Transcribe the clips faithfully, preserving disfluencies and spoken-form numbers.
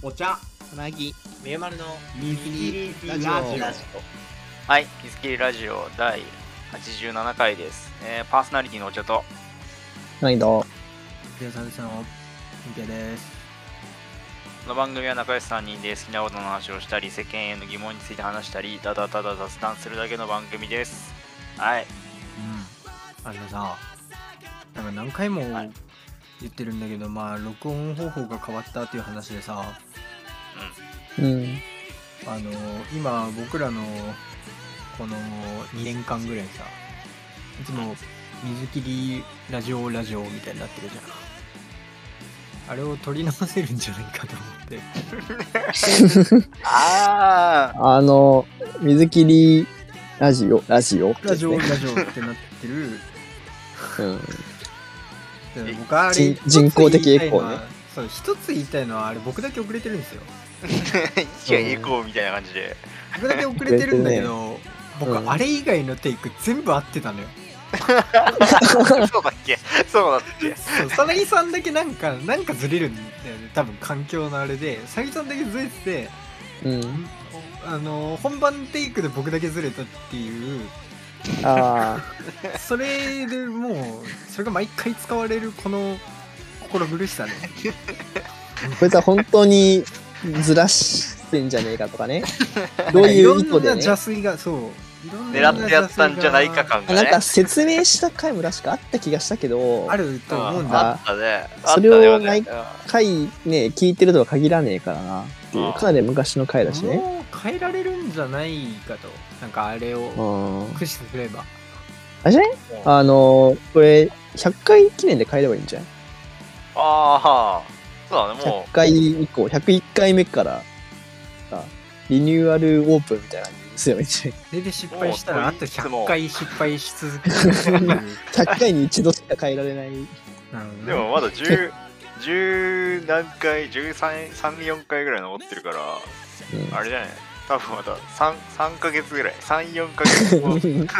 お茶、 つなぎ、 みゆまるの水切りラジオ。 はい、水切りラジオだいはちじゅうななかいです。えー、パーソナリティのお茶と毎度でさびさのみけです。 この番組は仲良しさんにんで好きなことの話をしたり、世間への疑問について話したり、ただただ雑談するだけの番組です。はい。 うん。あのさ、なんか何回も言ってるんだけど、まあ録音方法が変わったっていう話でさ、 うん。 あの今僕らのこのにねんかんぐらいさ、いつも水切りラジオラジオみたいになってるじゃん。あれを取り直せるんじゃないかと思って。 あああの、水切りラジオ、ラジオ、 ラジオラジオってなってる。 うん。 で僕あれ人人工的エコーね。 そう、一つ言いたいのはあれ僕だけ遅れてるんですよ。 いや、エコーみたいな感じで。 僕だけ遅れてるんだけど、僕、 うんあれ以外のテイク全部合ってたのよ。 そうだっけそうだっけそう、さなぎさんだけなんかなんかずれるんだよね、多分環境のあれで。さなぎさんだけずれてて、 うん。 あの本番テイクで僕だけずれたっていう、 あそれでもうそれが毎回使われるこの心苦しさね。 あ、こいつは本当にずらしてんじゃねえかとかね。どういう意図でいろんなね。 邪推が、そう、いろんな狙ってやったんじゃないか感がね。 なんか説明した回も確かあった気がしたけど、 あると思うんあだ。 ったね。 それを毎あっ回ね、聞いてるとは限らねえからなっていう、 ああかなり昔の回だしね。 もう変えられるんじゃないかと、なんかあれをうん。 駆使すれば。 あれじゃねあのー、これ、ひゃっかい記念で変えればいいんじゃん。 あー、そうだね、 ?ひゃっも回以降、ひゃくいっかいめからさ、リニューアルオープンみたいな感じにすればいいんじゃそれで失敗したらあとひゃっもうかい失敗し続けるっていう。 ない ?ひゃっ 回に一度しか変えられない。 なるほう、 どね。 でもまだじゅう、じゅう何回、じゅうさん、よんかいぐらい残ってるから、 うんあれじゃない多分まだ 3, 3ヶ月ぐらい、さん、よんかげつ後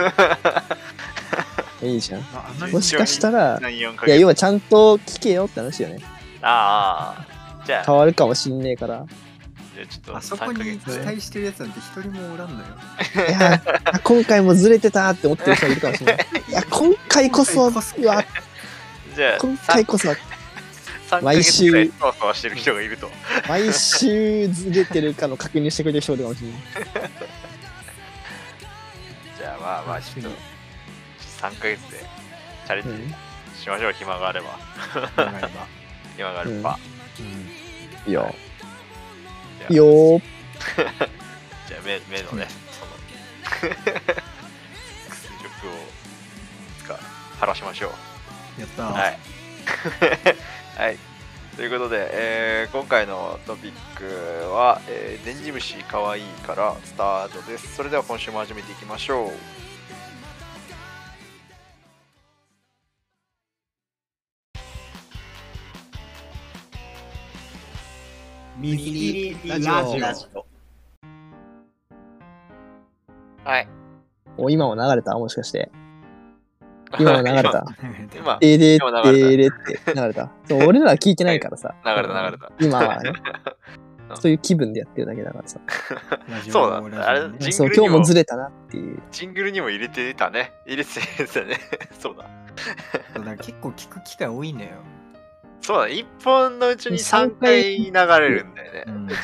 いいじゃん。 まあ、あんまりもしかしたら、 さん、よんかいや、 げつ。 要はちゃんと聞けよって話よね。 ああ、じゃあ、 変わるかもしんねえから。 じゃあちょっとあそこさんかげに期つ。 待してるやつなんて一人もおらんのよ。 いや、今回もずれてたって思ってる人がいるかもしれない。いや、今回こそ、うわ、 じゃあ、 今回こそは、 さんかげつぐらいそわそわしてる人がいると。 毎週ずれてるかの確認してくれる人がいるかもしれない。 じゃあまあまあ、ちょっとさんかげつでチャレンジしましょう、暇があれば。 考えれば。 暇があれば。 うん。 いいよ。 じゃあいいよー。 じゃあ目目のね、その屈辱をつか晴らしましょう。 やったー。 はい。はい。ということで、えー今回のトピックは、えー、デンジムシかわいいからスタートです。それでは今週も始めていきましょう。 水切りラジオ。 はい。 お、今も流れたもしかして。今も流れた。 今、 でーで今ー流れたでーでって流れた。そう俺らは聞いてないからさ。 流れた流れた。 今はね、 うんそういう気分でやってるだけだからさ。 ラジオそうなんだ。あれ、 ラジオねジンそう、 グルにも今日もずれたなっていう。 ジングルにも入れてたね。入れてたね。そうだ。 そうだから結構聞く機会多いんだよ。 そうだ。いっぽんのうちにさんかい流れるんだよね。 うん。 はい。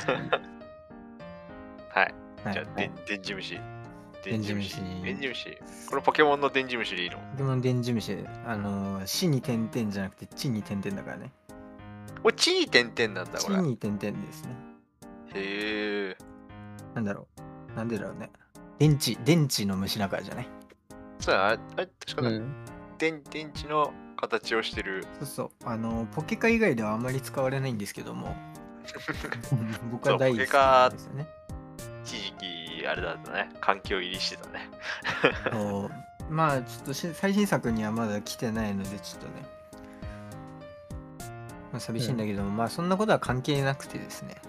はいじゃあ、デンデンジムシ。 デンジムシデンジムシ。これポケモンのデンジムシでいいの？ ポケモンデンジムシ、あのー、死に点々じゃなくて地に点々だからね。 これ、地に点々なんだ、 地これ。 に点々ですね。 へえ。 なんだろう。なんでだろうね。電池、電池の虫だからじゃない。 そうだ、あれ、あれ確かに、 うん。 電電池の形をしてる。 そうそう。あのー、ポケカ以外ではあまり使われないんですけども、僕は大好きなんですよね。 一時期、あれだったね。環境入りしてたね。 そうまあちょっとし最新作にはまだ来てないのでちょっとね、まあ、寂しいんだけども、まあそんなことは関係なくてですね、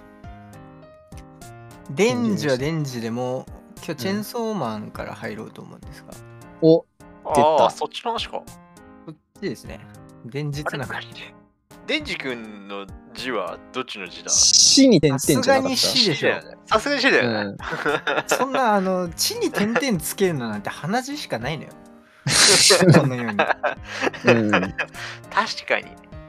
デンジはデンジでも今日チェーンソーマンから入ろうと思うんですが、 お、 ああ、 出たそっちの話か。 こっちですね、現実ながりでデンジ君の字はどっちの字だ？ 死に点々じゃなかった。 さすがに死でしょ。 さすがに死だよね。 うん、 そんなあの地に点々つけるのなんて鼻血しかないのよ。このように。 うん、 確かに。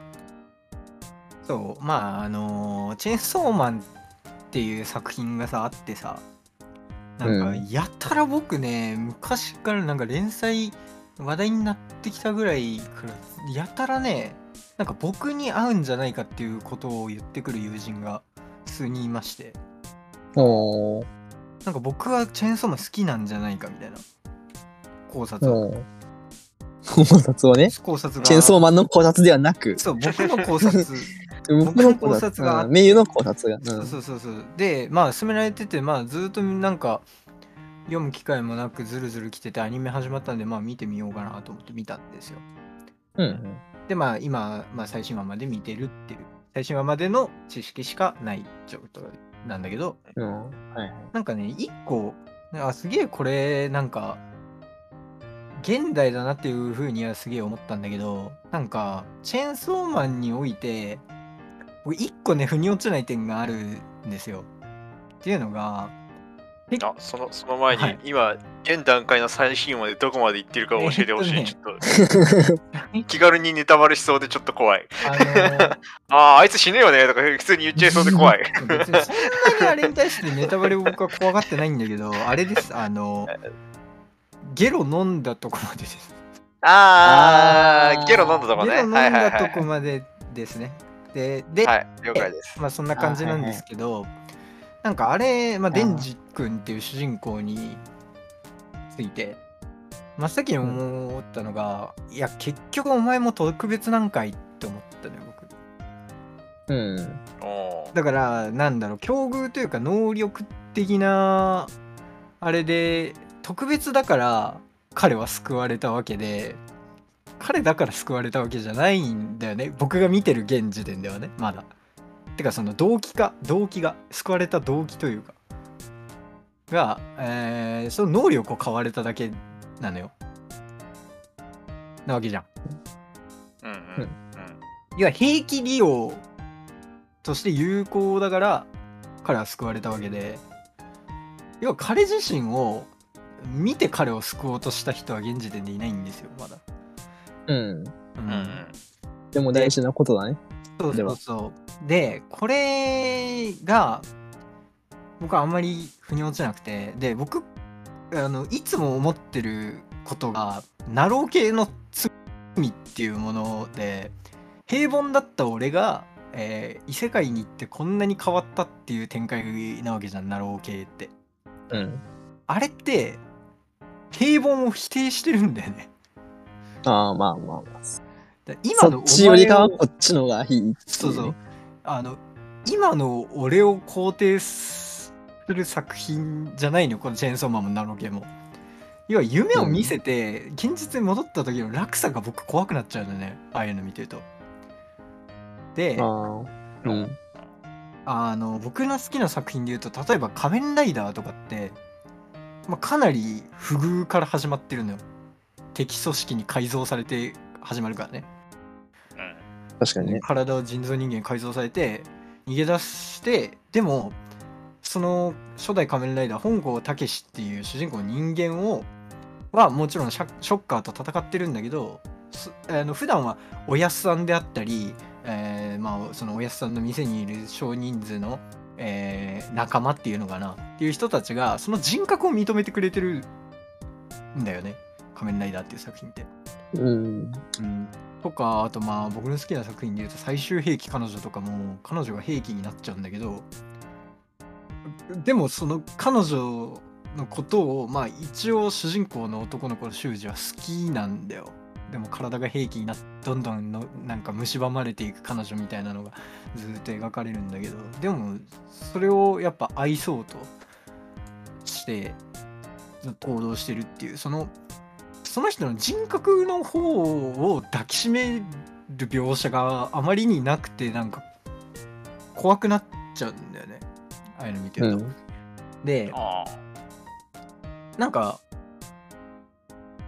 そうまああのチェーンソーマンっていう作品がさあってさ、なんかうんやたら僕ね昔からなんか連載話題になってきたぐらいからやたらねなんか僕に合うんじゃないかっていうことを言ってくる友人が数人いまして、 おー、 なんか僕はチェーンソーマン好きなんじゃないかみたいな考察をおー。考察をね。 考察がチェーンソーマンの考察ではなく、 そう僕の考察僕の考察が、うん、メユの考察が。うん、 そうそうそうそうでまあ勧められててまあずっとなんか読む機会もなくずるずる来ててアニメ始まったんでまあ見てみようかなと思って見たんですよ。 うんうんでまあ今、まあ、最新話まで見てるっていう最新話までの知識しかない状態なんだけど、 うんはいはい、 なんかね一個あすげえこれなんか現代だなっていう風にはすげえ思ったんだけど、なんかチェーンソーマンにおいて僕一個ね腑に落ちない点があるんですよ。っていうのがあそのその前に、 はい今現段階の最新話でどこまで行ってるか教えてほしい、 えっちょっと気軽にネタバレしそうでちょっと怖い。 あのーあああいつ死ぬよねとか普通に言っちゃいそうで怖い。 別にそんなにあれに対してネタバレを僕は怖がってないんだけど、あれですあのゲロ飲んだとこまでです。 ああゲロ飲んだとこね。 ゲロ飲んはいはいだとはい。 こまでですね。で、で、 はい了解です。 まあそんな感じなんですけど、なんかあれ、まあ、デンジ君っていう主人公について、真っ先に思ったのが、いや、結局お前も特別なんかいって思ったのよ、僕。 うんおーだから、なんだろう、境遇というか能力的な、あれで、特別だから彼は救われたわけで、彼だから救われたわけじゃないんだよね。僕が見てる現時点ではね、まだ。てかその動機か、動機が、救われた動機というか、が、えーその能力を買われただけなのよ。なわけじゃん。 うんうんうん要は兵器利用として有効だから彼は救われたわけで、要は彼自身を見て彼を救おうとした人は現時点でいないんですよ、まだ。 うんうんうんうんでも大事なことだね。 そうそうそう。で、これが僕はあんまり腑に落ちなくて、で、僕、あの、いつも思ってることが、ナロー系の罪っていうもので、平凡だった俺が、えー異世界に行ってこんなに変わったっていう展開なわけじゃん、ナロー系って。 うん。 あれって、平凡を否定してるんだよね。 ああ、まあまあまあ。 だ今のそっちよりかはお前をこっちのがいいっていうね。 そうそう。あの、今の俺を肯定する作品じゃないのよ、このチェーンソーマンもナロー系も。要は夢を見せて、現実に戻った時の落差が僕怖くなっちゃうんだよね、ああいうの見てると。で、 ああ。うん。 あの、僕の好きな作品で言うと、例えば仮面ライダーとかって、まあ、かなり不遇から始まってるのよ。敵組織に改造されて始まるからね。 確かにね。 体を人造人間に改造されて逃げ出して、でもその初代仮面ライダー本郷武史っていう主人公の人間をはもちろんシャショッカーと戦ってるんだけど、すあの普段はおやすさんであったり、えーまあそのおやすさんの店にいる少人数の、えー仲間っていうのかなっていう人たちがその人格を認めてくれてるんだよね、仮面ライダーっていう作品って。 うん。 うん、とかあとまあ僕の好きな作品で言うと最終兵器彼女とかも彼女が兵器になっちゃうんだけど、でもその彼女のことをまあ一応主人公の男の子の修二は好きなんだよ。でも体が兵器になってどんどんのなんか蝕まれていく彼女みたいなのがずっと描かれるんだけど、でもそれをやっぱ愛そうとして行動してるっていう、そのその人の人格の方を抱きしめる描写があまりになくて、なんか怖くなっちゃうんだよね、ああいうの見てると。 うんであなんか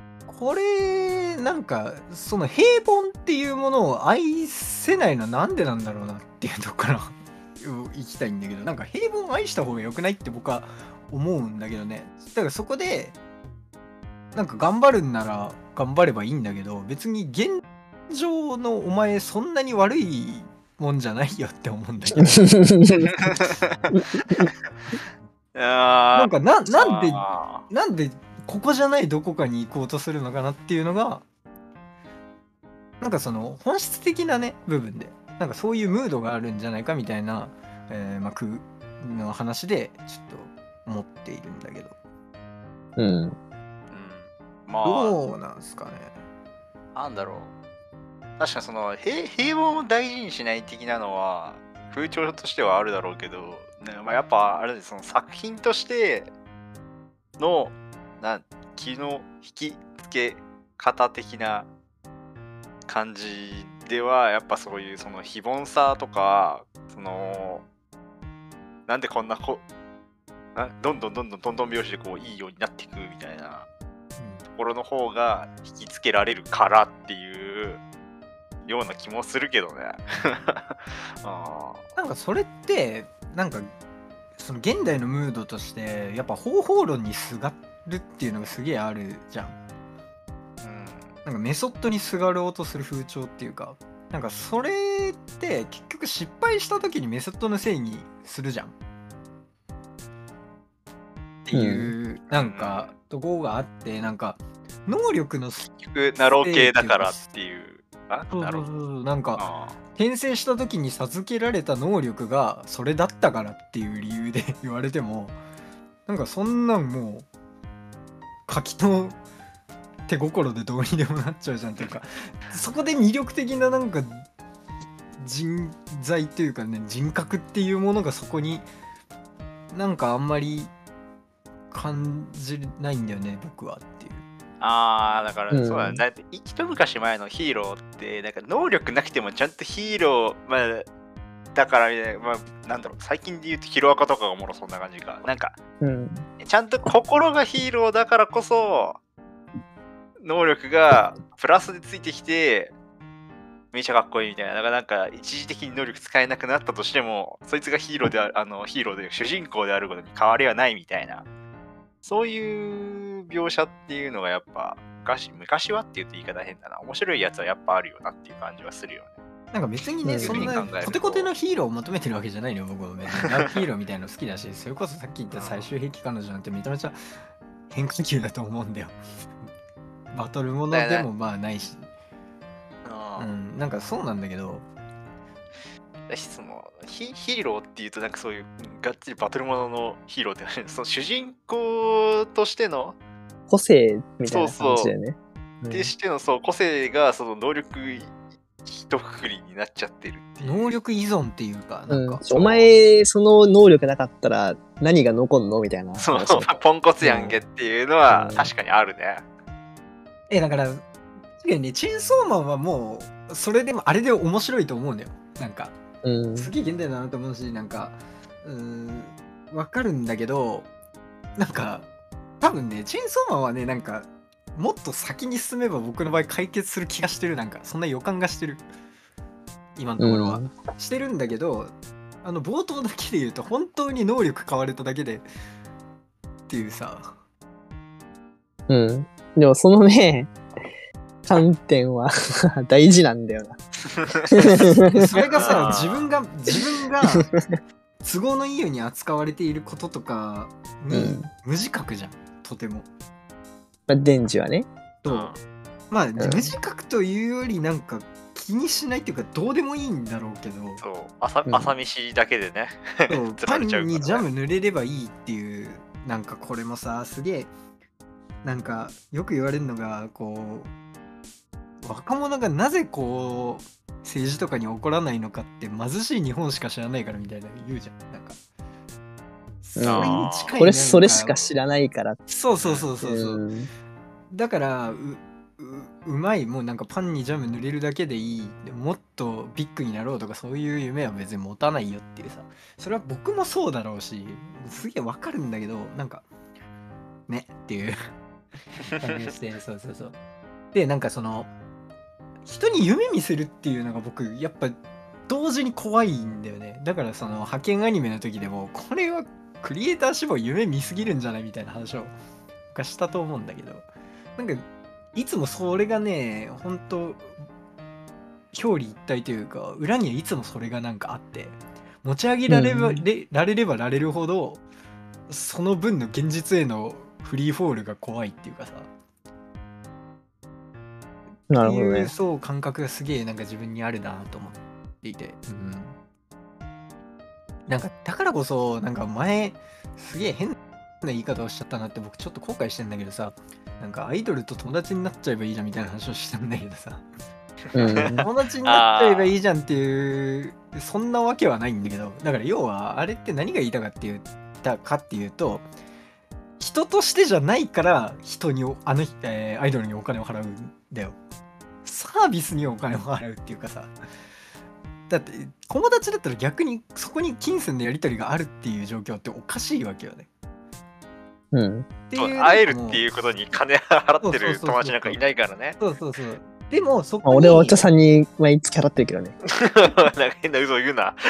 これなんかその平凡っていうものを愛せないのはなんでなんだろうなっていうとこから行きたいんだけど、なんか平凡を愛した方が良くないって僕は思うんだけどね。だからそこでなんか頑張るんなら頑張ればいいんだけど、別に現状のお前そんなに悪いもんじゃないよって思うんだけどなんかななんでなんでここじゃないどこかに行こうとするのかなっていうのが、なんかその本質的なね部分でなんかそういうムードがあるんじゃないかみたいな、えー、まあ空の話でちょっと思っているんだけど、 うん、うん、 まあどうなんすかね。 なんだろう、確かにその 平, 平凡を大事にしない的なのは風潮としてはあるだろうけど、ね、まあ、やっぱあれでその作品としてのなん気の引き付け方的な感じではやっぱそういうその非凡さとか、そのなんでこんなこなどんどんどんどんどんどん拍子でこういいようになっていくみたいなところの方が引きつけられるからっていうような気もするけどねあなんかそれってなんかその現代のムードとしてやっぱ方法論にすがるっていうのがすげえあるじゃん。 うん、 なんかメソッドにすがろうとする風潮っていうか、なんかそれって結局失敗した時にメソッドのせいにするじゃんっていう、うん、なんかところがあって、なんか能力の結局ナロー系だからっていうあそうそうそうなんか転生した時に授けられた能力がそれだったからっていう理由で言われても、なんかそんなんもう柿の手心でどうにでもなっちゃうじゃんっていうかそこで魅力的ななんか人材というかね、人格っていうものがそこになんかあんまり感じないんだよね僕はっていう。 あーだからそうだね、だって一昔前のヒーローってなんか能力なくてもちゃんとヒーロー、まあだから、まあ、なんだろう、最近で言うとヒロアカとかがもろそんな感じか、なんか、うん、ちゃんと心がヒーローだからこそ能力がプラスでついてきてめっちゃかっこいいみたいな。だからなんか一時的に能力使えなくなったとしてもそいつがヒーローである、あのヒーローで主人公であることに変わりはないみたいな、そういう描写っていうのがやっぱ昔昔はって言うと言い方変だな、面白いやつはやっぱあるよなっていう感じはするよね。 なんか別にね、そんなコテコテのヒーローを求めてるわけじゃないのよ僕は。別にダークヒーローみたいなの好きだし、それこそさっき言った最終兵器彼女なんてめちゃめちゃ変化球だと思うんだよバトルものでもまあないし、うん、なんかそうなんだけど、 その ヒ, ヒーローっていうとなんかそういうがっつりバトルもののヒーローってその主人公としての個性みたいな感じだよね。 そうそう、うん、でしてのそう個性がその能力一括りになっちゃってるっていう。 能力依存っていうか、なんか、 うん、お前その能力なかったら何が残んのみたいな。 そうポンコツやんけっていうのは確かにあるね。 うん、えだからね、チェーンソーマンはもうそれでもあれで面白いと思うんだよ。なんか、うん、すげえ現代だなと思うし、なんかうーんわかるんだけど、なんか多分ねチェーンソーマンはねなんかもっと先に進めば僕の場合解決する気がしてる。なんかそんな予感がしてる今のところは、うん、してるんだけど、あの冒頭だけで言うと本当に能力変われただけでっていうさ、 うんでもそのね観点は大事なんだよなそれがさ自分が自分が都合のいいように扱われていることとかに無自覚じゃん、とても。 まあ、デンジはね。 そう。まあ、うん、無自覚というよりなんか気にしないっていうかどうでもいいんだろうけど。 そう。朝、朝飯だけでね。 そう。パンにジャム塗れればいいっていう、なんかこれもさ、すげえ、なんかよく言われるのが、こう、若者がなぜこう、政治とかに怒らないのかって貧しい日本しか知らないからみたいな言うじゃん。なんか。 それに近い、これそれしか知らないから。 そうそうそうそうそう。うん、だからう う, うまいもうなんかパンにジャム塗れるだけでいい、もっとビッグになろうとかそういう夢は別に持たないよっていうさ、それは僕もそうだろうし、すげえわかるんだけど、なんかねっていう感じして、そうそうそう。 でなんかその人に夢見せるっていうのが僕やっぱ同時に怖いんだよね。だからその派遣アニメの時でもこれはクリエイター志望夢見すぎるんじゃないみたいな話をがしたと思うんだけど、なんかいつもそれがね本当表裏一体というか裏にはいつもそれがなんかあって持ち上げられば、うん、れられればられるほどその分の現実へのフリーフォールが怖いっていうかさ、 なるほどね、 っていうそう感覚がすげえなんか自分にあるなと思っていて、うん、なんかだからこそなんか前すげえ変な言い方をしちゃったなって僕ちょっと後悔してんだけどさ、なんかアイドルと友達になっちゃえばいいじゃんみたいな話をしたんだけどさ、うん、友達になっちゃえばいいじゃんっていうそんなわけはないんだけど、だから要はあれって何が言いたかっていうたかっていうと、人としてじゃないから人にあの、えー、アイドルにお金を払うんだよ。サービスにお金を払うっていうかさ、だって友達だったら逆にそこに金銭のやり取りがあるっていう状況っておかしいわけよね。 うん。 っていう会えるっていうことに金払ってる友達なんかいないからね。 そうそうそう。でもそこに、まあ、俺はお茶さんに毎月払ってるけどね。 なんか変な嘘を言うな。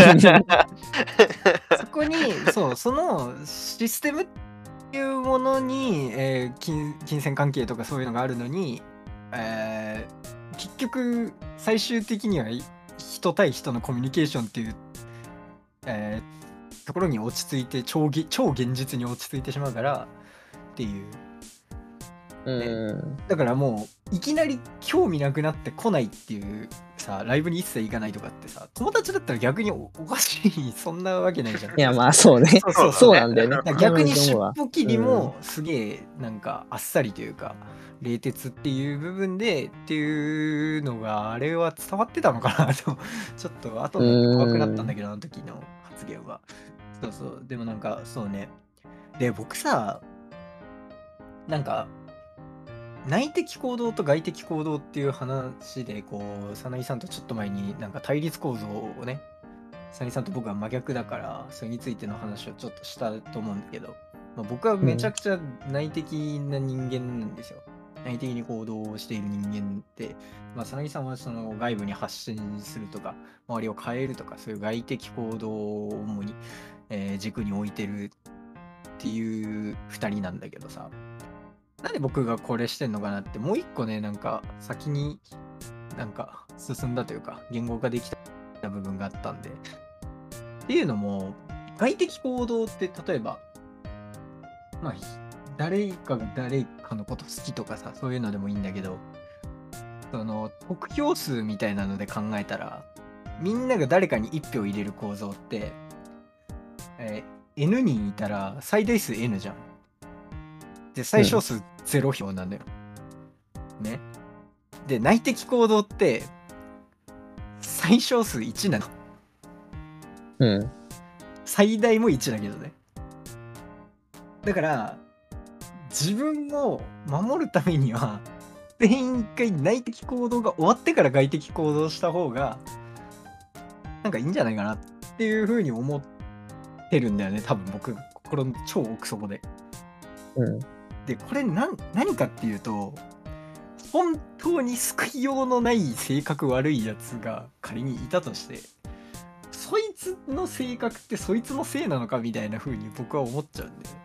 そこにそうそのシステムっていうものに、えー、金, 金銭関係とかそういうのがあるのに、えー、結局最終的には人対人のコミュニケーションっていう、えー、ところに落ち着いて 超, 超現実に落ち着いてしまうからっていう、ね、 うんだからもういきなり興味なくなって来ないっていうさ、ライブに一切行かないとかってさ、友達だったら逆に お, おかしいそんなわけないじゃん。 いやまあそうね、そうそうそうなんだよね。 逆に尻尾切りもすげえなんかあっさりというか冷徹っていう部分でっていうのがあれは伝わってたのかなとちょっと後になって怖くなったんだけど、あの時の発言は。そうそう、でもなんかそうね、で僕さなんか内的行動と外的行動っていう話でこうサナギさんとちょっと前になんか対立構造をね、サナギさんと僕は真逆だからそれについての話をちょっとしたと思うんだけど、まあ、僕はめちゃくちゃ内的な人間なんですよ、うん、内的に行動をしている人間って、まあ、サナギさんはその外部に発信するとか周りを変えるとかそういう外的行動を主に、えー、軸に置いてるっていうふたりなんだけどさ、なんで僕がこれしてんのかなってもう一個ね、なんか先になんか進んだというか言語化できた部分があったんで、っていうのも外的行動って例えばまあ誰かが誰かのこと好きとかさそういうのでもいいんだけど、その得票数みたいなので考えたらみんなが誰かにいち票入れる構造って、えー、N 人いたら最大数 N じゃん。で最小数ゼロ票なんだよ、うん、ね。で内的行動って最小数いちなの、 うん、 最大もいちだけどね。だから自分を守るためには全員一回内的行動が終わってから外的行動した方がなんかいいんじゃないかなっていう風に思ってるんだよね、多分僕心の超奥底で。 うんでこれ何何かっていうと、本当に救いようのない性格悪いやつが仮にいたとして、そいつの性格ってそいつのせいなのかみたいな風に僕は思っちゃうんで、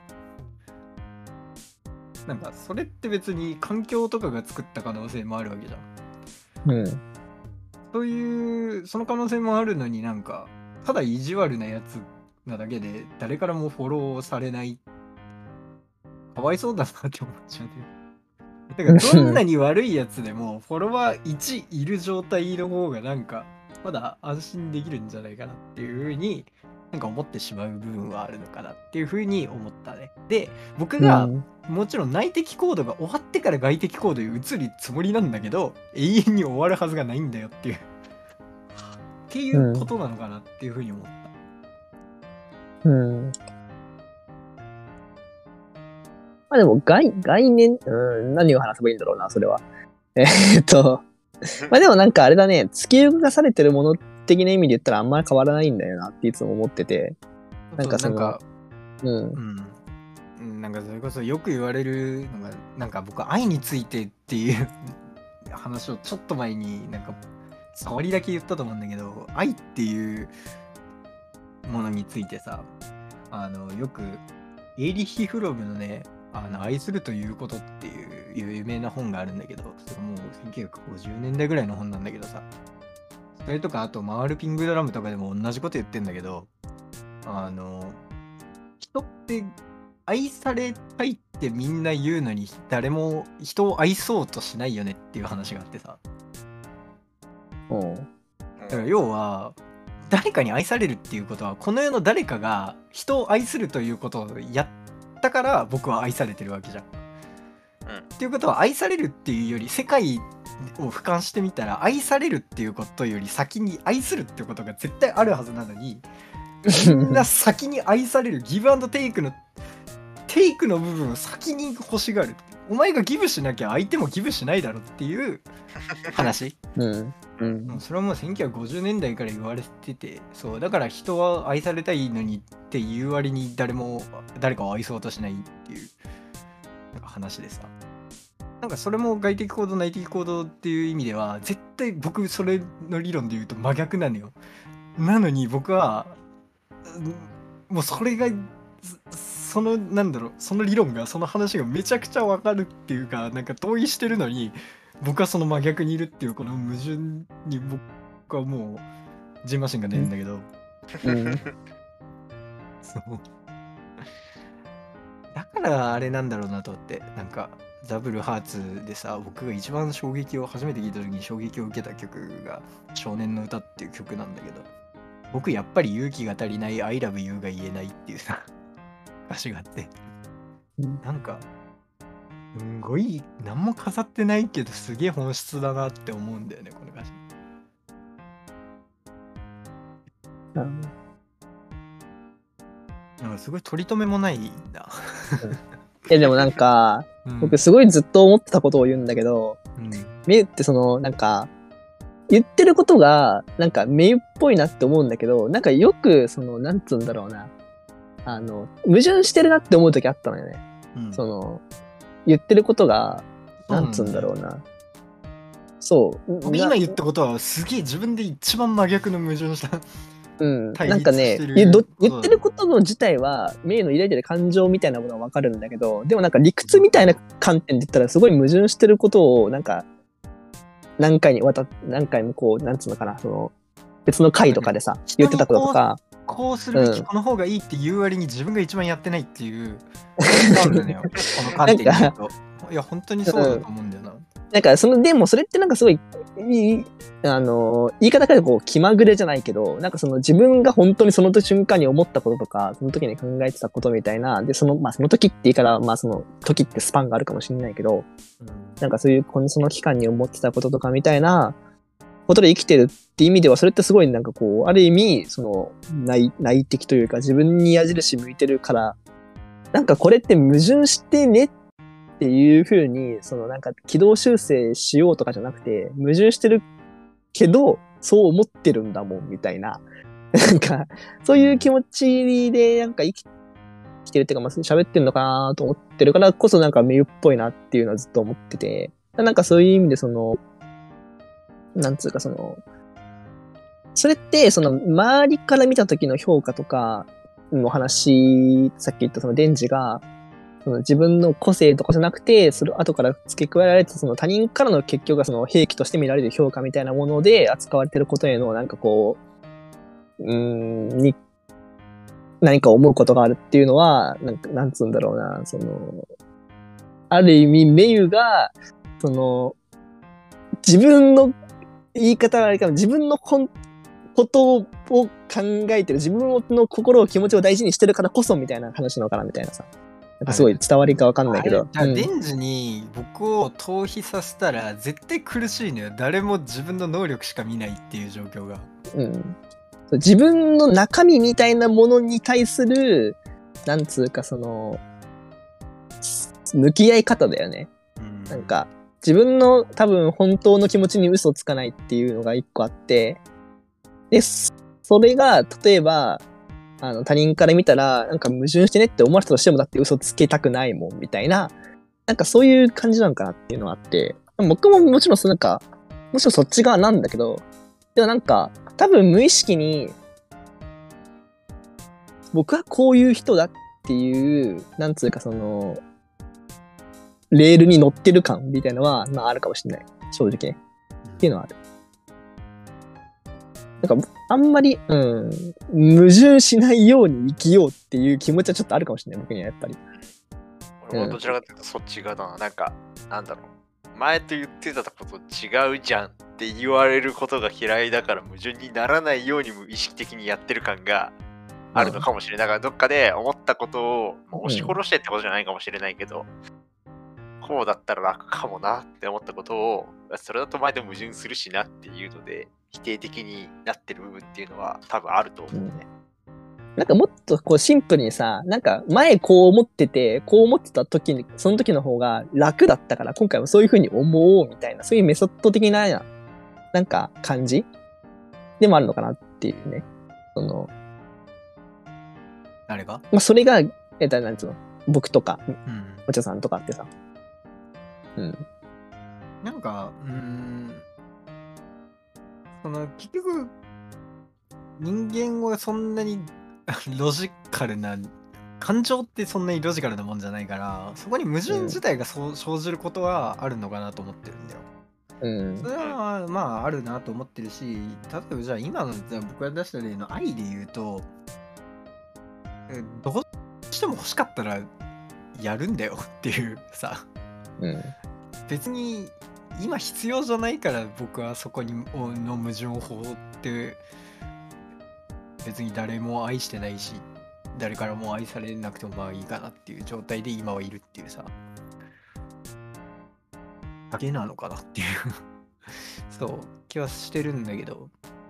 なんかそれって別に環境とかが作った可能性もあるわけじゃん。 うん。 そういうその可能性もあるのに、なんかただ意地悪なやつなだけで誰からもフォローされない、かわいそうだなって思っちゃうんだよ。だからどんなに悪いやつでもフォロワーいちいる状態の方がなんかまだ安心できるんじゃないかなっていう風になんか思ってしまう部分はあるのかなっていう風に思ったね。で僕がもちろん内的行動が終わってから外的行動に移るつもりなんだけど、永遠に終わるはずがないんだよっていうっていうことなのかなっていう風に思った。 うん、うんまあでも概、概念、うん、何を話せばいいんだろうな、それは。えー、っと、まあでもなんかあれだね、突き動かされてるもの的な意味で言ったらあんまり変わらないんだよなっていつも思ってて。なんかその、 なんか、 うん。 うん、 なんかそれこそよく言われるのが、なんか僕愛についてっていう話をちょっと前になんか触りだけ言ったと思うんだけど、愛っていうものについてさ、あのよくエーリッヒ・フロムのね、あの愛するということっていう有名な本があるんだけど、それもうせんきゅうひゃくごじゅうねんだいぐらいの本なんだけどさ、それとかあと回るピングドラムとかでも同じこと言ってんだけど、あの人って愛されたいってみんな言うのに誰も人を愛そうとしないよねっていう話があってさ、 うん。 だから要は誰かに愛されるっていうことはこの世の誰かが人を愛するということをやったから僕は愛されてるわけじゃん。 うんっていうことは愛されるっていうより世界を俯瞰してみたら愛されるっていうことより先に愛するっていうことが絶対あるはずなのに、みんな先に愛されるギブアンドテイクのテイクの部分を先に欲しがる。お前がギブしなきゃ相手もギブしないだろっていう話。 うん。うんもうそれはもうせんきゅうひゃくごじゅうねんだいから言われてて、そうだから人は愛されたいのにっていう割に誰も誰かを愛そうとしないっていうなんか話でさ、なんかそれも外的行動内的行動っていう意味では絶対僕それの理論で言うと真逆なのよ。なのに僕はもうそれがそのなんだろうその理論がその話がめちゃくちゃわかるっていうか、なんか同意してるのに僕はその真逆にいるっていうこの矛盾に僕はもうジンマシンが出るんだけど、 うん。 そうだからあれなんだろうなと思って、なんかダブルハーツでさ、僕が一番衝撃を初めて聞いた時に衝撃を受けた曲が少年の歌っていう曲なんだけど、僕やっぱり勇気が足りない I love you が言えないっていうさ歌詞があって、なんかすんごい何も飾ってないけどすげえ本質だなって思うんだよね、この歌詞。 うんなんかすごい取り留めもないんだ。 いやでもなんか、 うん僕すごいずっと思ってたことを言うんだけど、 うんメユってそのなんか言ってることがなんかメユっぽいなって思うんだけど、なんかよくそのなんつうんだろうな、あの矛盾してるなって思う時あったのよね。 うんその言ってることがそうなんだよなんつうんだろうな。そう。 僕今言ったことはすげえ自分で一番真逆の矛盾した。 うん、 対なんかね立してる言どことだね言ってることの自体はメイの抱いてる感情みたいなものは分かるんだけど、でもなんか理屈みたいな観点で言ったらすごい矛盾してることをなんか何回にわた何回もこうなんつうのかな、その別の回とかでさ言ってたこととか、 こうするべき、 うんこの方がいいって言う割に自分が一番やってないっていうなんだよこの観点で言うと。いや本当にそうだと思うんだよな。 なんかそのでもそれってなんかすごいいいあの言い方からこう気まぐれじゃないけど、なんかその自分が本当にその瞬間に思ったこととかその時に考えてたことみたいなで、そのまあその時って言い方まあその時ってスパンがあるかもしれないけど、 うんなんかそういうこのその期間に思ってたこととかみたいなことで生きてるって意味ではそれってすごいなんかこうある意味その内内的というか自分に矢印向いてるから、なんかこれって矛盾してねっていう風にそのなんか軌道修正しようとかじゃなくて、矛盾してるけどそう思ってるんだもんみたいな、なんかそういう気持ちでなんか生き生きてるっていうか、まあ喋ってるのかなと思ってるからこそなんかメユっぽいなっていうのはずっと思ってて、なんかそういう意味でそのなんつうかそのそれってその周りから見た時の評価とかの話、さっき言ったそのデンジがその自分の個性とかじゃなくて、それ後から付け加えられたその他人からの結局がその兵器として見られる評価みたいなもので扱われてることへのなんかこう、うーん、に、何か思うことがあるっていうのは、なんか、なんつうんだろうな、その、ある意味、メユが、その、自分の言い方はあれかも、自分の本ことを考えてる、自分の心を気持ちを大事にしてるからこそみたいな話なのかなみたいなさ。なんかすごい伝わりかわかんないけど。 あれだからデンジに僕を逃避させたら絶対苦しいのよ。誰も自分の能力しか見ないっていう状況が。 うん。自分の中身みたいなものに対する、なんつうかその、向き合い方だよね。 うん、 なんか、自分の多分本当の気持ちに嘘つかないっていうのが一個あって、で、それが、例えば、 あの他人から見たらなんか矛盾してねって思われたとしてもだって嘘つけたくないもんみたいな、なんかそういう感じなのかなっていうのがあって、僕ももちろんそなんかもちろんそっち側なんだけど、でもなんか多分無意識に僕はこういう人だっていうなんつうかそのレールに乗ってる感みたいなのはまああるかもしれない、正直ねっていうのはある。なんかあんまり、うん、矛盾しないように生きようっていう気持ちはちょっとあるかもしれない、僕にはやっぱり。 俺もどちらかというとそっち側だな。なんか、なんだろう。前と言ってたこと違うじゃんって言われることが嫌いだから矛盾にならないように無意識的にやってる感があるのかもしれない。だからどっかで思ったことを押し殺してってことじゃないかもしれないけど、うん、こうだったら楽かもなって思ったことを、それだと前と矛盾するしなっていうので、否定的になってる部分っていうのは多分あると思うね。 うん、なんかもっとこうシンプルにさ、なんか前こう思ってて、こう思ってた時に、その時の方が楽だったから、今回もそういう風に思おうみたいな、そういうメソッド的な、なんか感じでもあるのかなっていうね。その、 誰がまあそれが、えっと、なんつうの、僕とか、 うん、 お茶さんとかってさ。うん。 なんか、うーん、その結局人間はそんなにロジカルな感情ってそんなにロジカルなもんじゃないから、そこに矛盾自体がそう、うん、生じることはあるのかなと思ってるんだよ。 うん、 それはまああるなと思ってるし、例えばじゃあ今の僕が出した例の愛で言うと、どうしても欲しかったらやるんだよっていうさ、 うん、 別に今必要じゃないから僕はそこにの矛盾を放って別に誰も愛してないし誰からも愛されなくてもまあいいかなっていう状態で今はいるっていうさだけなのかなっていうそう気はしてるんだけど、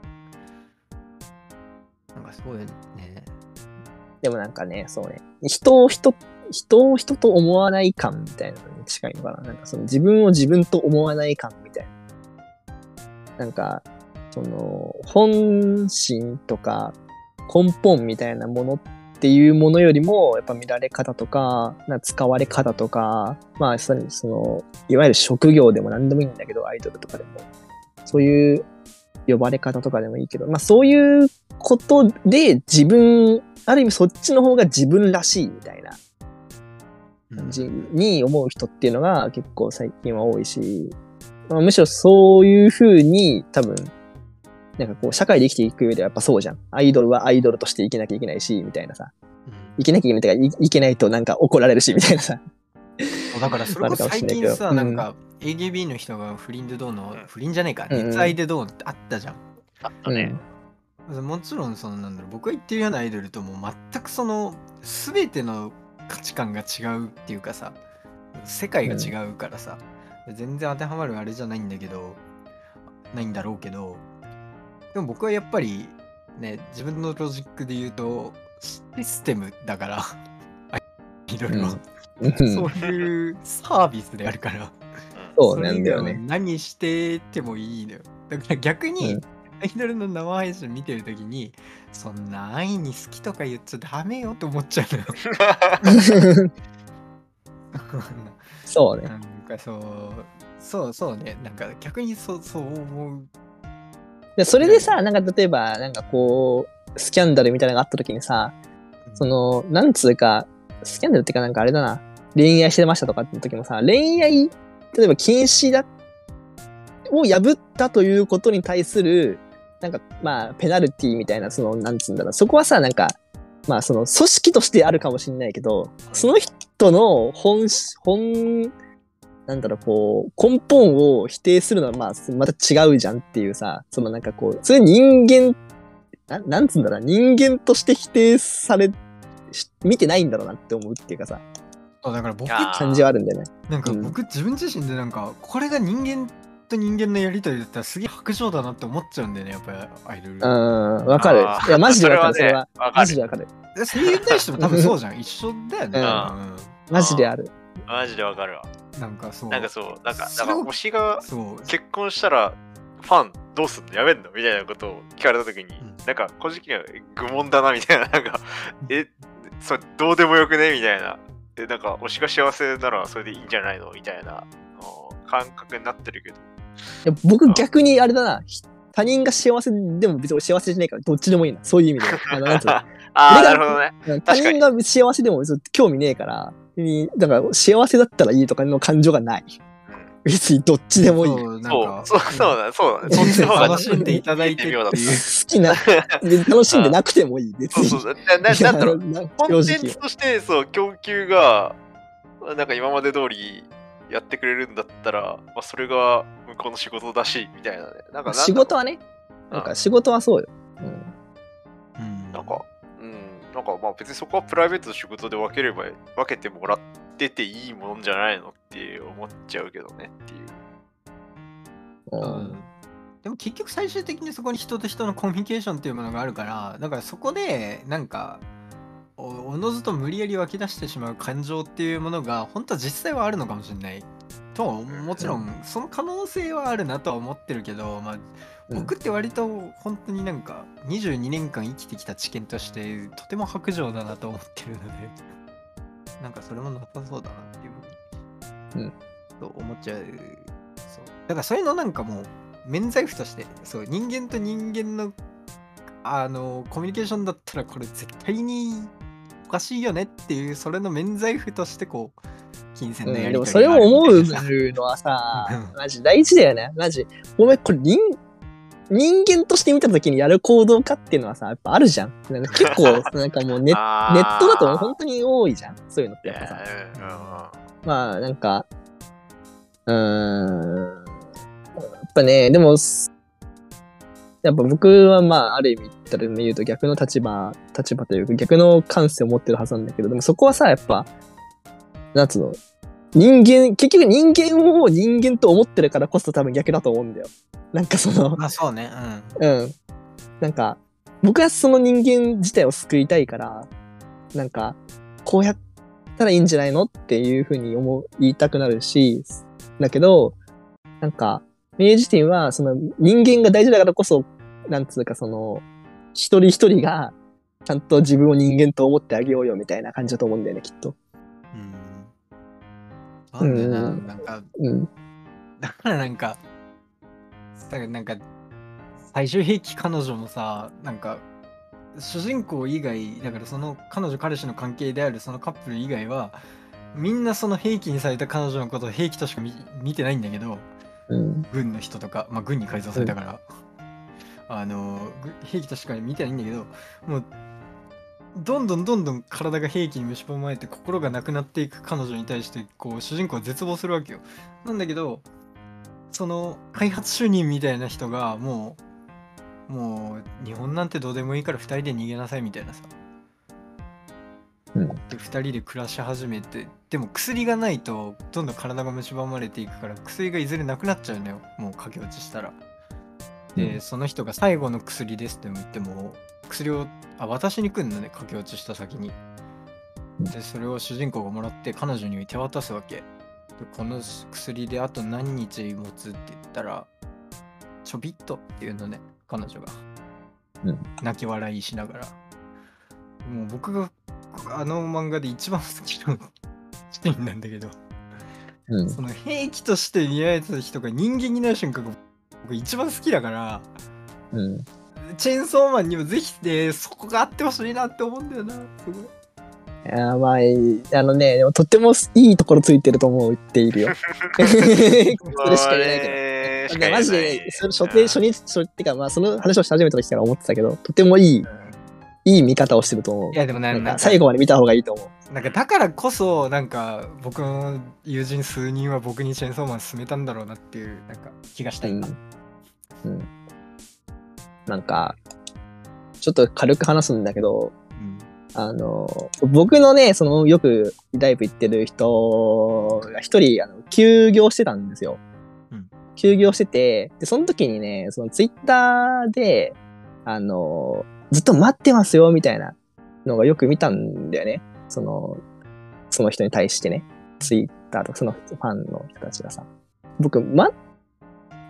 なんかすごいね。 でもなんかね、そうね、人を人人を人と思わない感みたいなのに近いのかな。なんかその自分を自分と思わない感みたいな。なんか、その、本心とか根本みたいなものっていうものよりも、やっぱ見られ方とか、なんか使われ方とか、まあ、その、いわゆる職業でも何でもいいんだけど、アイドルとかでも。そういう呼ばれ方とかでもいいけど、まあそういうことで自分、ある意味そっちの方が自分らしいみたいな感じに思う人っていうのが結構最近は多いし、まあ、むしろそういう風に多分なんかこう社会で生きていく上ではやっぱそうじゃん。アイドルはアイドルとして生きなきゃいけないしみたいなさ、生きなきゃいけないとかいけないとなんか怒られるしみたいなさ。 だからそれこそ最近さ、うん、なんか エーケービー の人が不倫でどうの、不倫じゃねえか、熱愛でどうってあったじゃん。 あったね。 もちろんそのなんだろう、僕が言ってるようなアイドルとも全くその全ての価値観が違うっていうかさ、世界が違うからさ、うん、全然当てはまるあれじゃないんだけどないんだろうけど、でも僕はやっぱりね、自分のロジックで言うとシステムだからアイドルは、うん、そういうサービスであるからそうなんだよね。 何しててもいいのよ。だから逆に、うん、アイドルの生配信見てるときにそんな愛に好きとか言っちゃダメよと思っちゃうのよ。 そうね。 なんかそうそうそうね、なんか逆にそうそう思う。 でそれでさ、なんか例えばなんかこうスキャンダルみたいなのがあったときにさ、うん、そのなんつうかスキャンダルっていうかなんかあれだな、恋愛してましたとかって時もさ、恋愛例えば禁止だを破ったということに対するなんかまあペナルティみたいな、そのなんつうんだろう、そこはさなんかまあその組織としてあるかもしれないけど、その人の本本なんだろうこう根本を否定するのはまあまた違うじゃんっていうさ、そのなんかこうそれ人間ななんつうんだろう、人間として否定され見てないんだろうなって思うっていうかさ。 だから僕感じはあるんだよね。 なんか僕、うん、自分自身でなんかこれが人間と人間のやりとりだったらすげえ白状だなって思っちゃうんだよね、やっぱりアイドル。 うん、わかる。いやマジでわかる。それはマジでわかる。 声優に対しても多分そうじゃん。一緒だよね。うんうん、マジである。 マジでわかるわ。 なんかそう。 なんかそう、なんか、なんか推しが結婚したらファンどうすんのやめんのみたいなことを聞かれたときに、 うん、 なんか個人的には愚問だなみたいな、なんか、え、それどうでもよくねみたいな。で、なんか推しが幸せならそれでいいんじゃないのみたいな感覚になってるけど。 いや僕逆にあれだな、他人が幸せでも別に幸せじゃないからどっちでもいいな、そういう意味で。あのなんつうのああ、なるほどね。 他人が幸せでも別に興味ねえから、だから幸せだったらいいとかの感情がない。うん、別にどっちでもいい。 そう、なんかそう、そうだ、そうだね。 そっちの方が楽しんでいただいてっていう。好きな、楽しんでなくてもいい。別に。 そうそう、な、な、なんだろう。コンテンツとして、そう、供給が、なんか今まで通りやってくれるんだったら、まあ、それが向こうの仕事だし、みたいなね。なんかなん仕事はね、なんか仕事はそうよ。うん。 うん、なんか、うん、なんかまあ別にそこはプライベートと仕事で分ければ、分けてもらってていいもんじゃないのって思っちゃうけどねっていう。 うん、でも結局最終的にそこに人と人のコミュニケーションっていうものがあるから、だからそこでなんかお, おのずと無理やり湧き出してしまう感情っていうものが本当は実際はあるのかもしれないと、もちろんその可能性はあるなとは思ってるけど、まあ、僕って割と本当になんかにじゅうにねんかん生きてきた知見としてとても薄情だなと思ってるので、なんかそれもなさそうだなっていうふうに、うん、と思っちゃう。そうだからそういうのなんかもう免罪符として、そう人間と人間のあのコミュニケーションだったらこれ絶対におかしいよねっていう、それの免罪符としてこう金銭のやり取り、うん、でもそれを思うのはさマジ大事だよね。マジお前これ人人間として見たときにやる行動かっていうのはさやっぱあるじゃん。なんか結構なんかもう ネ, ネットだと本当に多いじゃん、そういうのってやっぱさ。まあなんかうーんやっぱね、でもやっぱ僕はまあある意味言ったら言うと逆の立場立場というか逆の感性を持ってるはずなんだけど、でもそこはさやっぱなんつうの、人間結局人間を人間と思ってるからこそ多分逆だと思うんだよ。なんかそのまあそうね、 うん、うん、なんか僕はその人間自体を救いたいから、なんかこうやったらいいんじゃないのっていうふうに思言いたくなるし、だけどなんか明治人はその人間が大事だからこそ、なんつうかその一人一人がちゃんと自分を人間と思ってあげようよみたいな感じだと思うんだよね、きっと。 うん。なんだよな、うん、なんか、 うん、 だからなんか、だからなんか最終兵器彼女もさ、なんか主人公以外だからその彼女彼氏の関係であるそのカップル以外はみんなその兵器にされた彼女のことを兵器としか 見, 見てないんだけど。 うん、 軍の人とか、まあ軍に改造されたから、うん、あの兵器としか見てないんだけど、もうどんどんどんどん体が兵器に蝕まれて心がなくなっていく彼女に対してこう主人公は絶望するわけよ。なんだけどその開発主任みたいな人がもうもう日本なんてどうでもいいからふたりで逃げなさいみたいなさ、 うん、 でふたりで暮らし始めて、でも薬がないとどんどん体が蝕まれていくから薬がいずれなくなっちゃうのよ、もう駆け落ちしたら。で、うん、その人が最後の薬ですって言っても薬をあ渡しに来るのね、駆け落ちした先に。でそれを主人公がもらって彼女に手渡すわけで、この薬であと何日持つって言ったらちょびっとっていうのね、彼女が、 うん、 泣き笑いしながら。もう僕があの漫画で一番好きなシーンなんだけど、うん、その兵器として見られた人が人間になる瞬間が僕一番好きだから、 うん、 チェーンソーマンにもぜひねそこがあってほしいなって思うんだよな、すごい。 いやまああのね、でもとってもいいところついてると思っているよ。それしか言えないけど、マジで、ね、それ初手初日初ってかまあその話をし始めた時から思ってたけど、とてもいい。いい見方をしてると思う。 いやでもね、 なんか最後まで見た方がいいと思う。 なんかだからこそなんか僕の友人数人は僕にチェーンソーマン勧めたんだろうなっていうなんか気がした今。 うん。うん、なんかちょっと軽く話すんだけど、うん、あの僕のねそのよくライブ行ってる人が一人あの休業してたんですよ。うん、休業してて、でその時にねそのツイッターであのずっと待ってますよみたいなのがよく見たんだよね。その、その人に対してね。ツイッターとかそのファンの人たちがさ。僕、待っ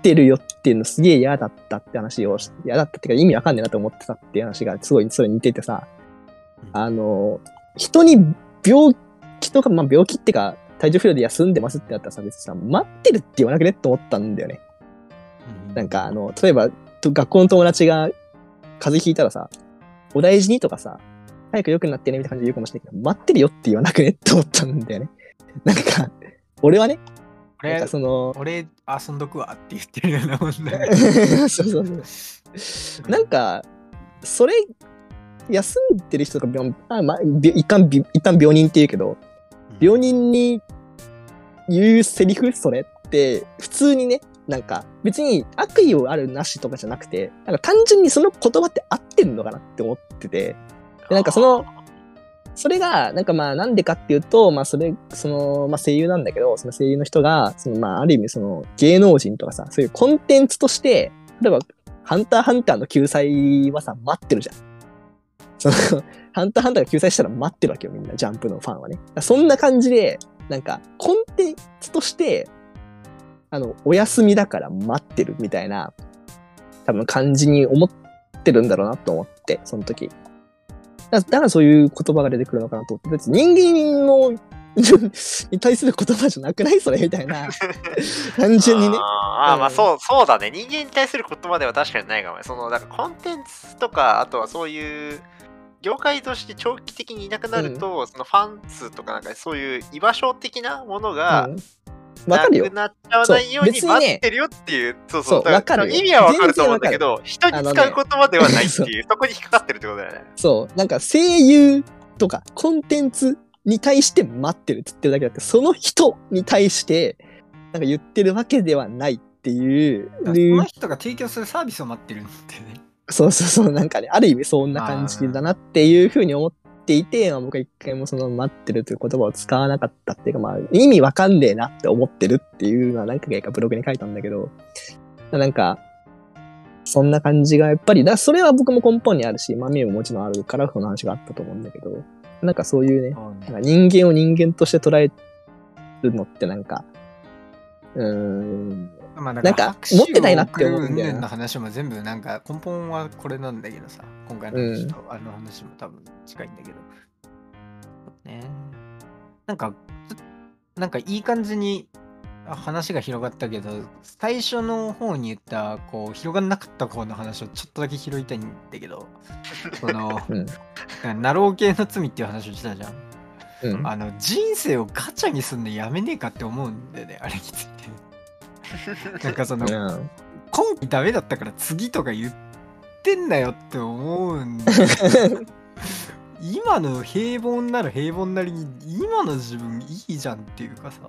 ってるよっていうのすげえ嫌だったって話を、嫌だったっていうか意味わかんねえなと思ってたっていう話がすごいそれに似ててさ、あの、人に病気とか、まあ病気ってか体調不良で休んでますってなったらさ、別にさ、待ってるって言わなくねって思ったんだよね。なんかあの、例えば学校の友達が風邪ひいたらさ、お大事にとかさ、早く良くなってねみたいな感じで言うかもしれないけど、待ってるよって言わなくねって思ったんだよね。なんか、俺はね、なんかその俺遊んどくわって言ってるようなもんだね。 そうそうそう。なんか、それ、休んでる人とか、あまあ、一旦、一旦病人って言うけど、病人に言うセリフそれって、普通にね、なんか、別に悪意をあるなしとかじゃなくて、なんか単純にその言葉って合ってんのかなって思ってて、でなんかその、それが、なんかまあなんでかっていうと、まあそれ、その、まあ声優なんだけど、その声優の人が、そのまあある意味その芸能人とかさ、そういうコンテンツとして、例えば、ハンターハンターの救済はさ、待ってるじゃん。その、ハンターハンターが救済したら待ってるわけよ、みんな、ジャンプのファンはね。そんな感じで、なんか、コンテンツとして、あの、お休みだから待ってるみたいな、多分感じに思ってるんだろうなと思って、その時。だからそういう言葉が出てくるのかなと思って、別に人間のに対する言葉じゃなくないそれみたいな。単純にね。 ああ、まあそう、そうだね。人間に対する言葉では確かにないかもね。その、なんかコンテンツとか、あとはそういう、業界として長期的にいなくなると、うん、そのファン数とかなんかそういう居場所的なものが、うんなくなっちゃわないように待ってるよっていう、そうそう、 わかる。 意味はわかると思うんだけど、人に使う言葉ではないっていう、そこに引っかかってるってことだよね。 そう、なんか声優とかコンテンツに対して待ってるって言ってるだけだって、その人に対してなんか言ってるわけではないっていう。 その人が提供するサービスを待ってるんだよね。 そうそうそう、なんかね、ある意味そんな感じだなっていうふうに思って。ていて、まあ、僕は一回もその待ってるという言葉を使わなかったっていうか、まあ意味わかんねえなって思ってるっていうのは何回かブログに書いたんだけど、なんか、そんな感じがやっぱり、だそれは僕も根本にあるし、まあミュももちろんあるからその話があったと思うんだけど、なんかそういうね、なんか人間を人間として捉えるのってなんか、うーん、 まあ、 なんか持ってないなって思うんだよな。話も全部なんか根本はこれなんだけどさ、今回の話とあの話も多分近いんだけど、ね、なんかなんかいい感じに話が広がったけど、最初の方に言ったこう広がんなかった方の話をちょっとだけ拾いたいんだけど、その、うん、ナロー系の罪っていう話をしたじゃん。うん、あの人生をガチャにすんのやめねえかって思うんだよね、あれについて。なんかその、うん、今期ダメだったから次とか言ってんなよって思うんだけど今の平凡なら平凡なりに今の自分いいじゃんっていうかさ、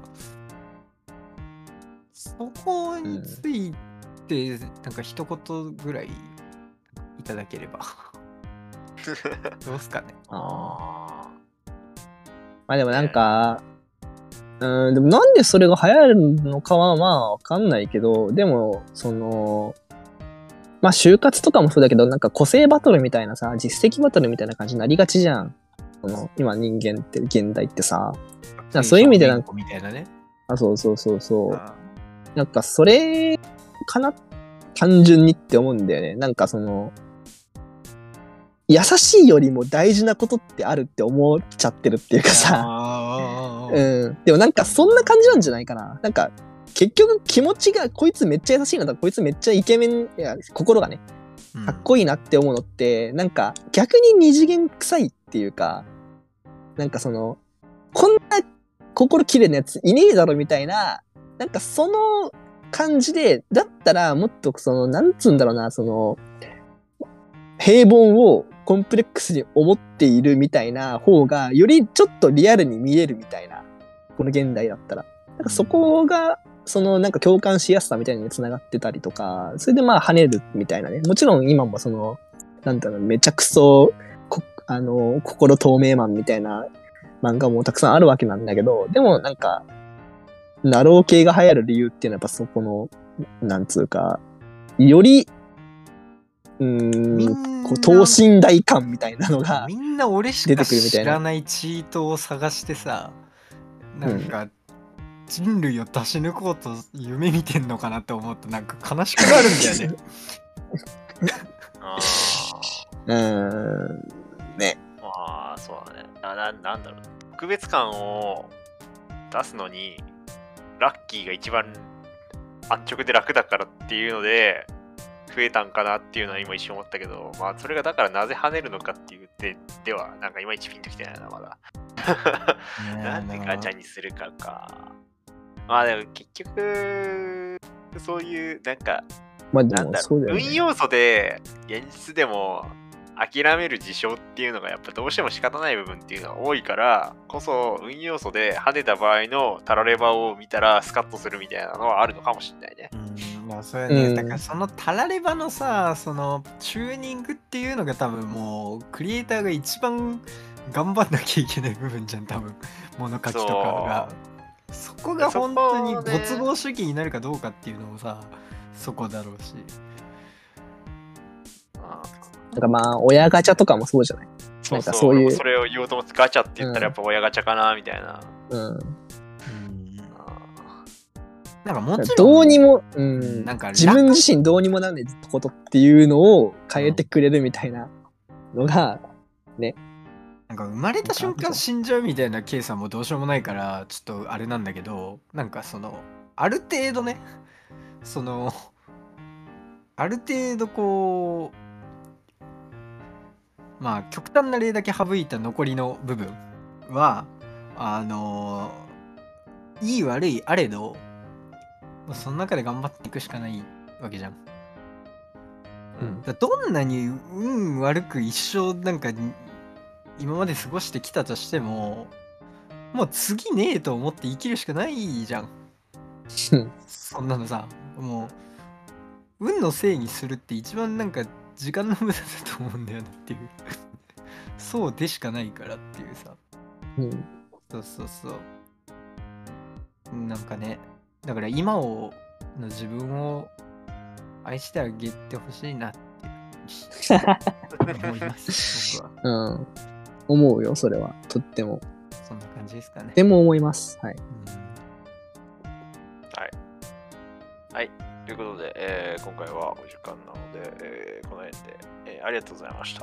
そこについてなんか一言ぐらいいただければどうすかね。 あまあでもなんか、うん、でもなんでそれが流行るのかはまあわかんないけど、でも、その、まあ就活とかもそうだけど、なんか個性バトルみたいなさ、実績バトルみたいな感じになりがちじゃん。その今人間って、現代ってさ。そういう意味でなんか、 みたいなね。 あ、そうそうそうそう。なんかそれかな単純にって思うんだよね。なんかその、優しいよりも大事なことってあるって思っちゃってるっていうかさ、うん、でもなんかそんな感じなんじゃないかな。なんか結局気持ちがこいつめっちゃ優しいなとかこいつめっちゃイケメン、いや心がねかっこいいなって思うのって、うん、なんか逆に二次元臭いっていうか、なんかそのこんな心綺麗なやついねえだろみたいな、なんかその感じでだったらもっとそのなんつうんだろうな、その平凡をコンプレックスに思っているみたいな方がよりちょっとリアルに見えるみたいな、この現代だったらなんかそこがそのなんか共感しやすさみたいにつながってたりとか、それでまあ跳ねるみたいなね。もちろん今もそのなんだろう、めちゃくそこあの心透明マンみたいな漫画もたくさんあるわけなんだけど、でもなんかナロー系が流行る理由っていうのはやっぱそこのなんつうかよりうーんこう等身大感みたいなのがみんな俺しか知らないチートを探してさ、なんか、 人類を出し抜こうと夢見てんのかなって思うとなんか悲しくなるんだよね。 あうーん。ね。 ーまあそうだねなな。なんだろう、特別感を出すのにラッキーが一番安直で楽だからっていうので増えたんかなっていうのは今一瞬思ったけど、まあそれがだからなぜ跳ねるのかっていう点ではなんかいまいちピンときてないなまだ。なんでガチャにするかか。まあでも結局そういうなんかまあでなんだろう、 もそうだよね。 運要素で現実でも諦める事象っていうのがやっぱどうしても仕方ない部分っていうのが多いからこそ、運要素で跳ねた場合のタラレバを見たらスカッとするみたいなのはあるのかもしれないね。 うん、いやそうやね、 うんだからそのタラレバのさ、そのチューニングっていうのが多分もうクリエイターが一番頑張んなきゃいけない部分じゃん、多分物書きとかが。そこが本当にご都合主義になるかどうかっていうのもさ、そこだろうし。 なんかまあ、親ガチャとかもそうじゃない。 そうそう、 なんかそういうそれを言おうと思ってガチャって言ったらやっぱ親ガチャかなみたいな。 うん。 うん、なんかもちろんどうにも、うん、 なんか自分自身どうにもなんないことっていうのを変えてくれるみたいなのが、 なんか生まれた瞬間死んじゃうみたいなケースはもうどうしようもないからちょっとあれなんだけど、なんかそのある程度ね、そのある程度こうまあ極端な例だけ省いた残りの部分はあのいい悪いあれど、まあその中で頑張っていくしかないわけじゃん。 うんだどんなに運悪く一生なんかに今まで過ごしてきたとしても、もう次ねえと思って生きるしかないじゃん。そんなのさ、もう運のせいにするって一番なんか時間の無駄だと思うんだよねっていう。そうでしかないからっていうさ。 うん、 そうそうそう。なんかね、だから今をの自分を愛してあげてほしいなって思います僕は。 うん。思うよ、それは。とっても。 そんな感じですかね。 でも思います。はい。 はい。ということで、えー今回はお時間なので、えーこの辺で、えーありがとうございました。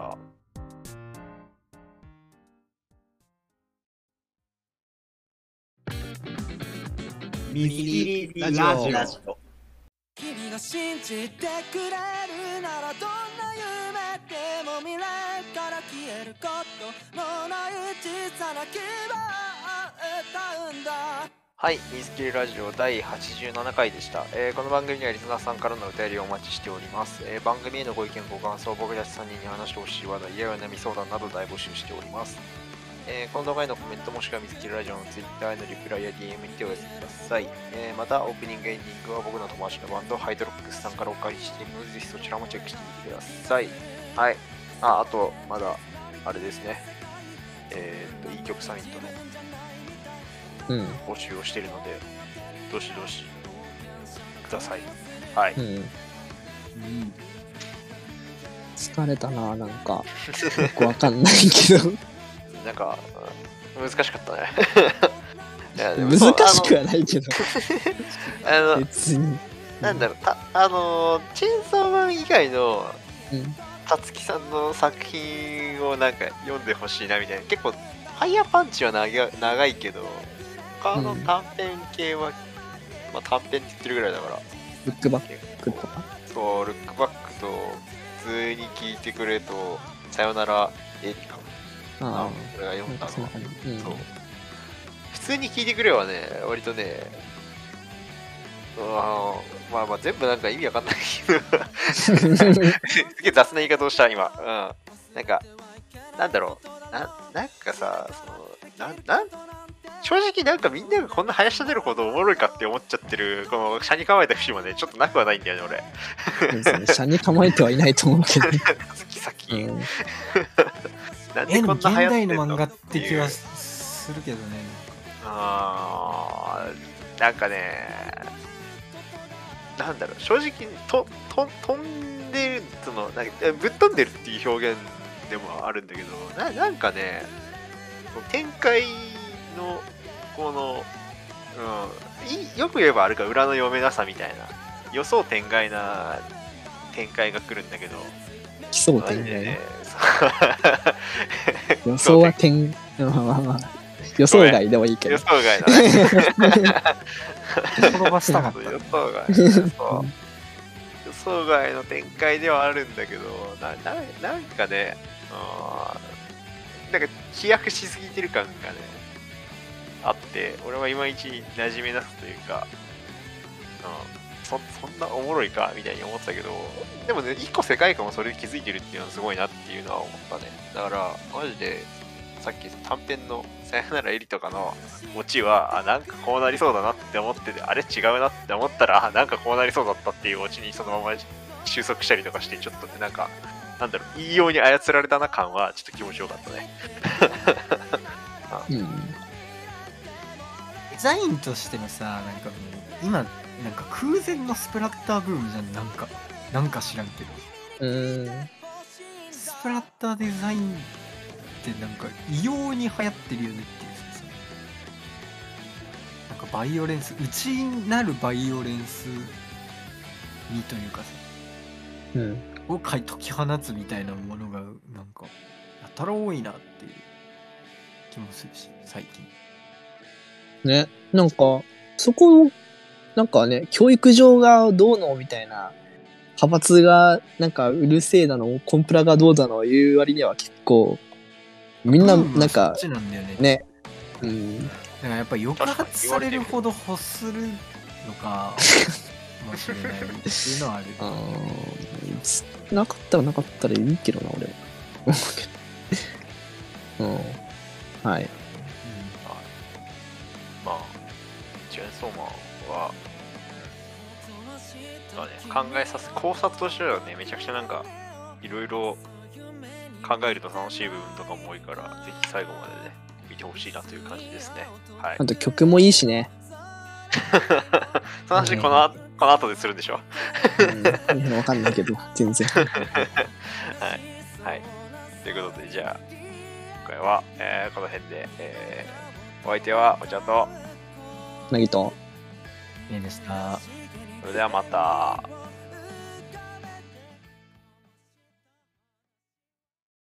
ミスキリラジオ。 君が信じてくれるならどんな夢でも未来から消えることのない小さな希望を歌うんだ。 はい、ミスキルラジオだいはちじゅうななかいでした、えーこの番組にはリスナーさんからのお便りをお待ちしております、えー番組へのご意見ご感想、僕たちさんにんに話してほしい話題やお悩み相談など大募集しております、えーこの動画へのコメントもしくはミスキルラジオの Twitter へのリプライや ディーエム にてお寄せください、えーまたオープニングエンディングは僕の友達のバンドハイドロックスさんからお借りしているのでぜひそちらもチェックしてみてください。はい、ああとまだあれですね、えーっといい曲サミットのうん。 募集をしているのでどしどしください。はい、 うん。疲れたな、なんか。よくわかんないけど。 なんかうん難しかったねいやでも難そうしくはないけど。 あのあの別に。 なんだろう、たあのチェーンソーマン以外のうん。 たつきさんの作品をなんか読んでほしいなみたいな。結構ファイヤーパンチは長い長いけど他の短編系は、まあ短編って言ってるぐらいだからブックバックとか。 そうルックバックと普通に聞いてくれとさよならエリカあこれがあ。 読だのなんんかそんな感じ。うん。 そう普通に聞いてくれはね割とねあまあまあ全部なんか意味わかんないけどすげえ雑な言い方をした今、うん、なんかなんだろうななんかさそのなんなん正直なんかみんながこんな林立てるほどおもろいかって思っちゃってるこの車に構えた節もねちょっとなくはないんだよね俺別に車に構えてはいないと思うけど。 先先、 うん。 なんえでも現でこんな流行って代んのの漫画って気はいうするけどね。 あーなんかねなんだろう正直とと飛んでるそのなんかぶっ飛んでるっていう表現でもあるんだけどななんかね展開のこのうん、いよく言えばあれか裏の読めなさみたいな予想天外な展開が来るんだけど奇想天外、 ね、 予想は天まあまあまあ予想外でもいいけど予想外だね転ばしたかった。 予想外そう予想外の展開ではあるんだけどなななんかねあなんか飛躍しすぎてる感がねあって俺はいまいち馴染めなすというか、うん、そ, そんなおもろいかみたいに思ってたけどでもね一個世界観もそれで気づいてるっていうのはすごいなっていうのは思ったね。だからマジでさっき短編のさよならエリとかのオチはあなんかこうなりそうだなって思っててあれ違うなって思ったらあなんかこうなりそうだったっていうオチにそのまま収束したりとかしてちょっとねなんかなんだろういいように操られたな感はちょっと気持ちよかったねうんデザインとしてのさ、なんかもう今なんか空前のスプラッターブームじゃん。なんかなんか知らんけどうーんスプラッターデザインってなんか異様に流行ってるよねっていうさ、なんかバイオレンス内なるバイオレンスにというかさうんを解き放つみたいなものがなんかやたら多いなっていう気もするし最近。 ねなんかそこなんかね教育上がどうのみたいな派閥がなんかうるせえなのコンプラがどうだのいう割には結構みんなブームはなんかそっちなんだよね。 ねうんだからやっぱり抑圧されるほど欲するのかもしれないっていうのはある。 あーなかったらなかったらいいけどな俺はうんはいまあチェーンソーマンはまあね、考えさせ考察としてはねめちゃくちゃなんかいろいろ考えると楽しい部分とかも多いからぜひ最後までね見てほしいなという感じですね。はいあと曲もいいしねその話この,、うん、この後でするんでしょうん、わかんないけど全然はい、はい、ということでじゃあ今回は、えー、この辺で、えー、お相手はおちゃんとなぎといいでした。 それではまた。